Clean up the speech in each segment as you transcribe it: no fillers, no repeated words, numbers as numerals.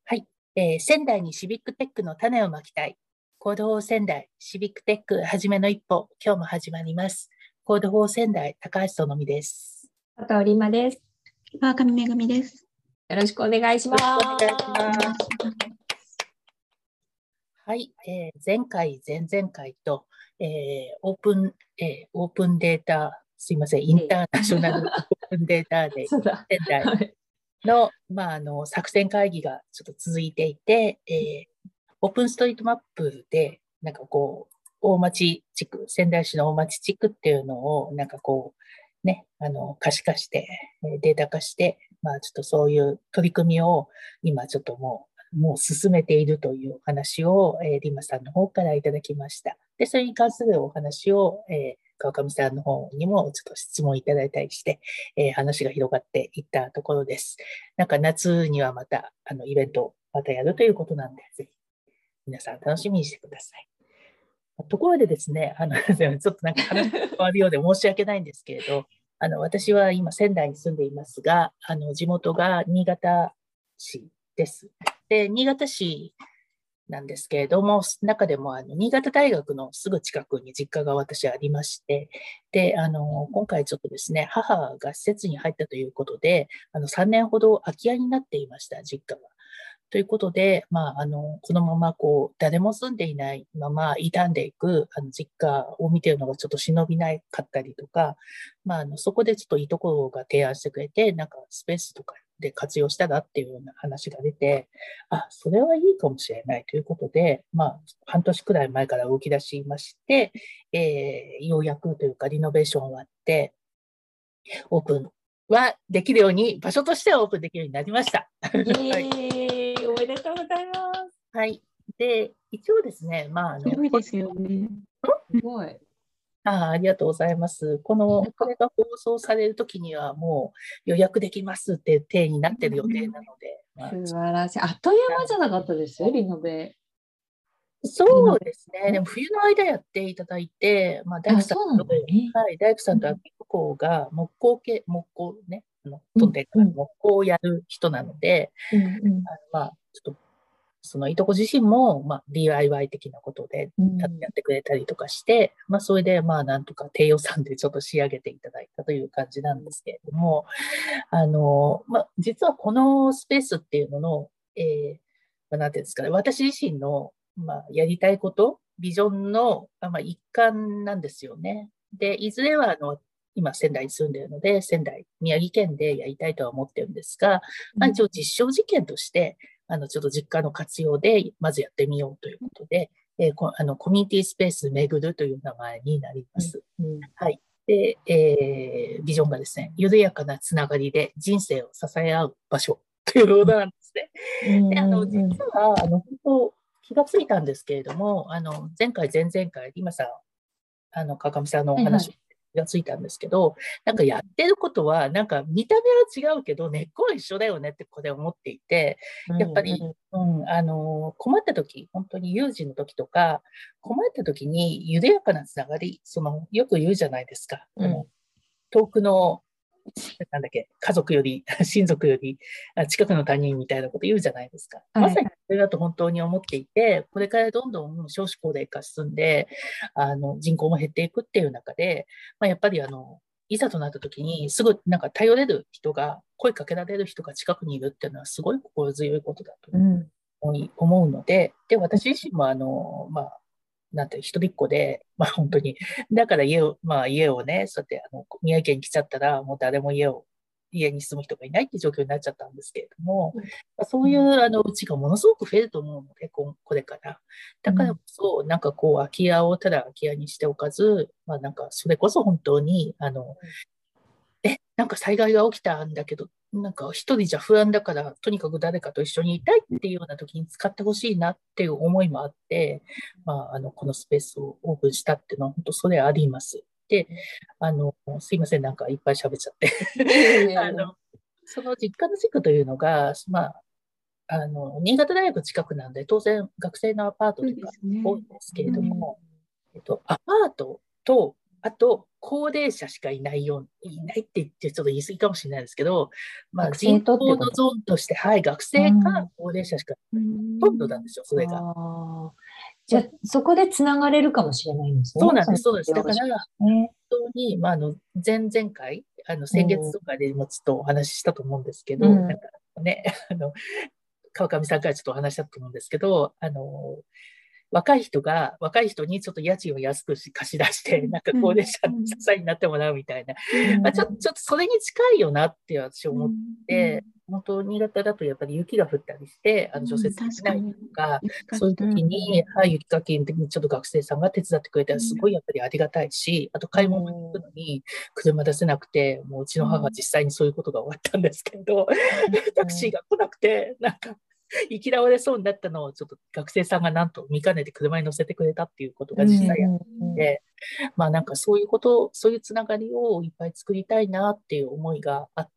はい、仙台にシビックテックの種をまきたい。コードフォー仙台シビックテックはじめの一歩、今日も始まります。コードフォー仙台高橋とのみです。 佐藤里馬です。 川上めぐみです。 よろしくお願いします。 よろしくお願いします。はい、前回、前々回と、オープンデータ、すいません、インターナショナルオープンデータで仙台の、作戦会議がちょっと続いていて、オープンストリートマップで、なんかこう、大町地区、仙台市の大町地区っていうのを、なんかこう、ね、可視化して、データ化して、ちょっとそういう取り組みを今ちょっともう進めているというお話を、リマさんの方からいただきました。で、それに関するお話を、川上さんの方にもちょっと質問いただいたりして、話が広がっていったところです。なんか夏にはまた、イベントまたやるということなんで、ぜひ、皆さん楽しみにしてください。ところでですね、ちょっとなんか話が変わるようで申し訳ないんですけれど、私は今仙台に住んでいますが、地元が新潟市です。で、新潟市なんですけれども、中でも新潟大学のすぐ近くに実家が私ありまして、で、今回ちょっとですね、母が施設に入ったということで、3年ほど空き家になっていました、実家が。ということで、このままこう、誰も住んでいないまま傷んでいく、実家を見ているのがちょっと忍びなかったりとか、そこでちょっといいところが提案してくれて、なんかスペースとかで活用したらっていうような話が出て、それはいいかもしれないということで、半年くらい前から動き出しまして、ようやくというかリノベーション終わって、オープンはできるように、場所としてはオープンできるようになりました。 はい、おめでとうございます。 はい。で、一応ですね、 すごいですよね。 すごい。 ありがとうございます。これが放送されるときにはもう予約できますっていう体になってる予定なので。 素晴らしい。あっという間じゃなかったですリノベ。 そうですね。でも冬の間やっていただいて、大工さんと、大工さんと秋子が木工ね、トンテから木工をやる人なので、ちょっとそのいとこ自身も、DIY 的なことでやってくれたりとかして、それで、なんとか低予算でちょっと仕上げていただいたという感じなんですけれども、実はこのスペースっていうのの、なんていうんですかね、私自身の、やりたいこと、ビジョンの、一環なんですよね。で、いずれは、今仙台に住んでいるので、宮城県でやりたいとは思ってるんですが、一応実証実験として、ちょっと実家の活用で、まずやってみようということで、コミュニティスペースめぐるという名前になります。はい。で、ビジョンがですね、緩やかなつながりで人生を支え合う場所ということなんですね。で、実は、本当、気がついたんですけれども、前回、前々回、今さん、川上さんのお話、気がついたんですけど、なんかやってることは、なんか見た目は違うけど、根っこは一緒だよねってここで思っていて、やっぱり、困った時、本当に有事の時とか、困った時に緩やかなつながり、よく言うじゃないですか。遠くの家族より、親族より近くの他人みたいなこと言うじゃないですか。まさにそれだと本当に思っていて、これからどんどん少子高齢化進んで、人口も減っていくっていう中で、やっぱりいざとなった時にすぐなんか頼れる人が、声かけられる人が近くにいるっていうのはすごい心強いことだと思うので、私自身もなんて一人っ子で、本当に、だから家をね、そうやって宮城県来ちゃったら、もう誰も家に住む人がいないっていう状況になっちゃったんですけれども、そういううちがものすごく増えると思うので、これから。だからこそ、なんかこう、空き家をただ空き家にしておかず、なんかそれこそ本当に、なんか災害が起きたんだけど、なんか一人じゃ不安だから、とにかく誰かと一緒にいたいっていうような時に使ってほしいなっていう思いもあって、このスペースをオープンしたっていうのは本当それあります。で、すいません、なんかいっぱい喋っちゃってその実家の地区というのが、新潟大学近くなんで、当然学生のアパートとか多いんですけれども、アパートとあと、高齢者しかいないよう、いないって言ってちょっと言い過ぎかもしれないですけど、まあ学人生とって口のこと。 ゾーンとして、はい、学生か高齢者しか、 うほとんどなんでん。 すよ、それが。 ああ。じゃあ、そこでつながれるかもしれないんですね。 そうなんです、 そのそうです。だから、 療師ね。 本当に、前々回、先月とかでもちょっとお話ししたと思うんですけど、なんうん。 かね、川上さんからちょっとお話したと思うんですけど、若い人にちょっと家賃を安く貸し出して、なんかうん。 高齢者の支えになってもらうみたいな。 ううん。 ちょっとそれに近いよなって私思っん。 て、本当、新潟だとやっぱり雪が降ったりして、除雪できないと確かに。 か、 雪かそういうき。 うん。 時に、はい、雪かきの時にちょっと学生さんが手伝ってくれたらすごいやっぱりありがたいし、あとう買い物に行くのに車出せなくて、もううちの母は実際にそういうことが終わったんですけど、タクシーが来なくて、なんか、行き倒れそうになったのを、ちょっと学生さんがなんと見かねて車に乗せてくれたっていうことうん。 が実際あっうん。 て、まあなんかそういうこと、そういうつながりをいっぱい作りたいなっていう思いがあって、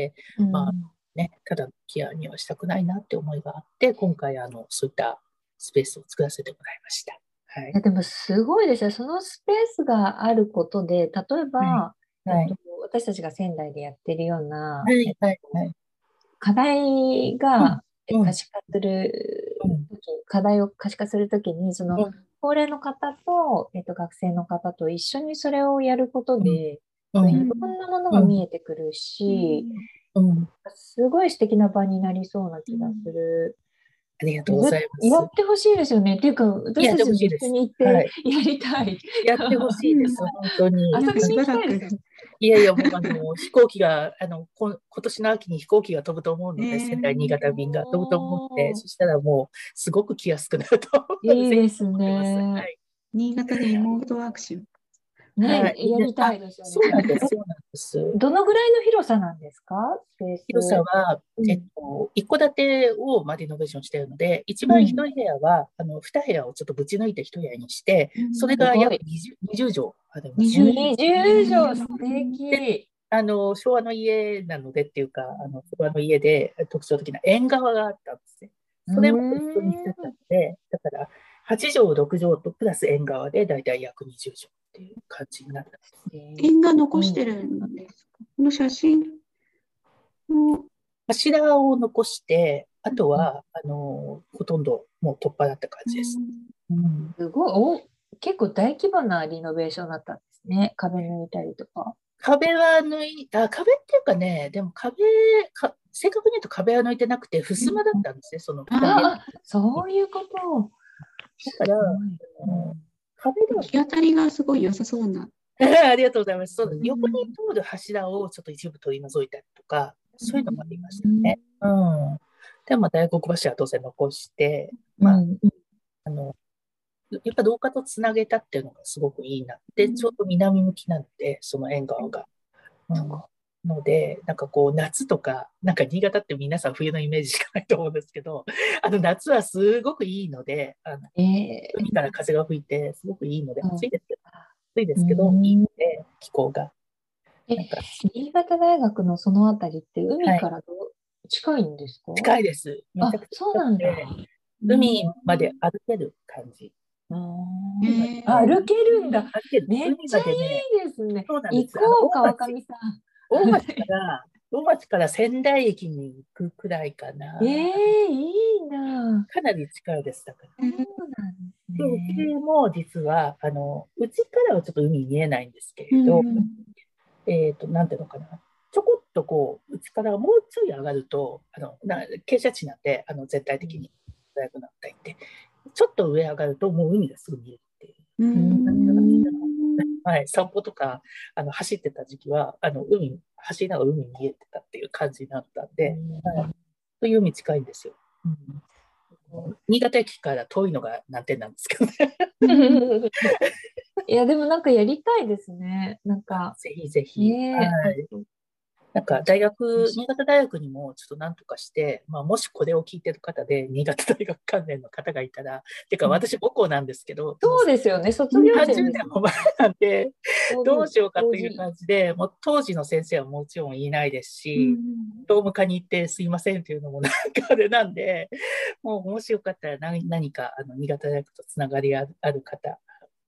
まあうん。 ね、ただケアにはしたくないなって思いがあって、今回そういったスペースを作らせてもらいました。はい。 でもすごいですね。そのスペースがあることで、例えはい。 ば、 はい。 私たちが仙台でやってるような、 はい。はい。はい。 課題うん。 がうん。 可視化するうん。 とき、課題を可視化するときに、そのうん。 高齢の方と、学生の方と一緒にそれをやることうん。 で、 うん。 いろんなものがうん。 見えてくるし、 うん。 すごい素敵な場になりそうなう気がすん。 る。 ありがとうございます。 やってほしいですよね。っていうか、私やってたちも一緒ほしいです。 に行ってはい。 やりたい。 やってほしいです。 うん。 本当に。 遊びに行しばらく。 きたいですよね。 いやいや、もう飛行機が、今年の秋に飛行機が飛ぶと思うので、仙台、新ー、 潟便が飛ぶと思うので、 おー、 そしたらもう、すごく来やすくなるとぜひいいです思ってます。はね。 い。 新潟でリモートワークショップ。 はい。 ね、やりたいですよね。 そうなんです、そうなんです。 どのぐらいの広さなんですかスペー広さス。 は、 うん。 一戸建てをリノベーションしているので、一番うん。 広い部屋は、二部屋をちょっとぶち抜いて一部屋にして、 うん。 それが約すごい。 20畳あります。 20年。 20畳素で、 敵。 昭和の家なのでっていうか、昭和の家で特徴的な縁側があったんですね。 うそれも一緒にしてたーん。 ので、だから、8畳、6畳とプラス縁側で、だいたい約20畳っていう感じになったんですね。 縁が残しうん。 てるんですか？この写真の、 柱を残して、あうん。 とは、ほとんどもう取っ払った感うじです。 ん。 うん。 すごい。結構大規模なリノベーションだったんですね。壁抜いたりとか。 壁っていうかね、でも正確に言うと壁は抜いてなくて、襖だったんですね、その2部屋ああ、 に。 そういうこと。 だから、 すごい。うのん。 壁では日当たりがすごい良さそうな。 ありがとうございます。そうだ、 う横にん。 通る柱をちょっと一部取り除いたりとか、そういうのもありましたうん。 ね。うん。で、大黒柱は当然残して、 うん。 あの、やっぱ廊下とつなげたっていうのがすごくいいなって、ちょううん。 ど南向きなので、その縁側が。うん。ので、なんかこう、夏とか、なんか新潟って皆さん冬のイメージしかないと思うんですけど、夏はすごくいいので、海ええから風が吹いて、すごくいいので、 ー、 暑いでうすけど、いいん。 ので、気候が。 え、 なんか、 新潟大学のそのあたりって海はい。 から近いんですか？ 近いです。めちゃあ、 くちゃそう近くなんだ。 て、 うん。 海まで歩ける感じ。 うーん。 海までえ歩けるんだ。 歩ける。 めっ海ちゃまでね、 いいですね。 そうなんです。 行こう、川上さん。 大町から仙台駅に行くくらいかえな。 えいいな。 かなり近いです。だから。 そうなんですで、うちね。 も実は、うちからはちょっと海見えないんですけうれど、 ん。 なんていうのかな。ちょこっとこう、うちからもうちょい上がると、傾斜地なんで、全体的に大学なったりって、ちょっと上上がると、もう海がすぐ見えるっていうううー感じなんですん。 けど、 ん。 はい、散歩とか、走ってた時期は、走りながら海見えてたっていう感じになったんで、はい、そういう海近いんですよ。新潟駅から遠いのが難点なんですけどね。 うん。 いや、でもなんかやりたいですね。なんか、 ぜひぜひ。はねえ、 い。なんか新潟大学にもちょっとなんとかして、もしこれを聞いてる方で、新潟大学関連の方がいたら、てかうん、 私母校なんですけど、もうそうですよね。卒業生 30 ですよ。 年も前なんで、どうしようかという OG。 感じで、もう当時の先生はもちろんいないですうし、 ん。 総務課に行ってすいませんっていうのもなんかあれなんで、もうもしよかったら何か新潟大学とつながりある方、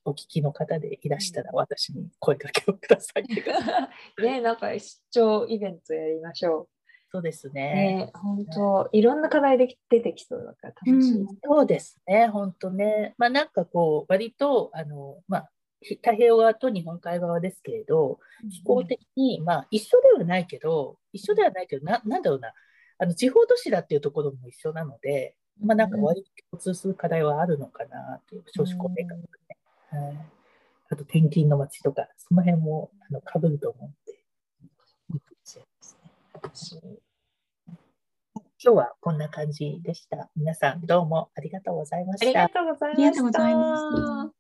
お聞きの方でいらしたら、私に声かけをくださいって感じ。 ね、なんか出張イベントやりましょそうですう。 ね。 ね、本当いろんな課題で出てきそうだから楽しい。 そうですね、本当ね。まあなんかこう、割と、まあ、太平洋側と日本海側ですけれど、気候的に、まあ一緒ではないけど、なんだろうな、地方都市だっていうところも一緒なので、まあなんか割と共通する課題はあるのかなという、少子高齢化とかね。はい、あと転勤の街とか、その辺も被ると思うんで、いいかもしれないですね。今日はこんな感じでした。皆さんどうもありがとうございまありした。 がとうござありがいましとうございました。 た。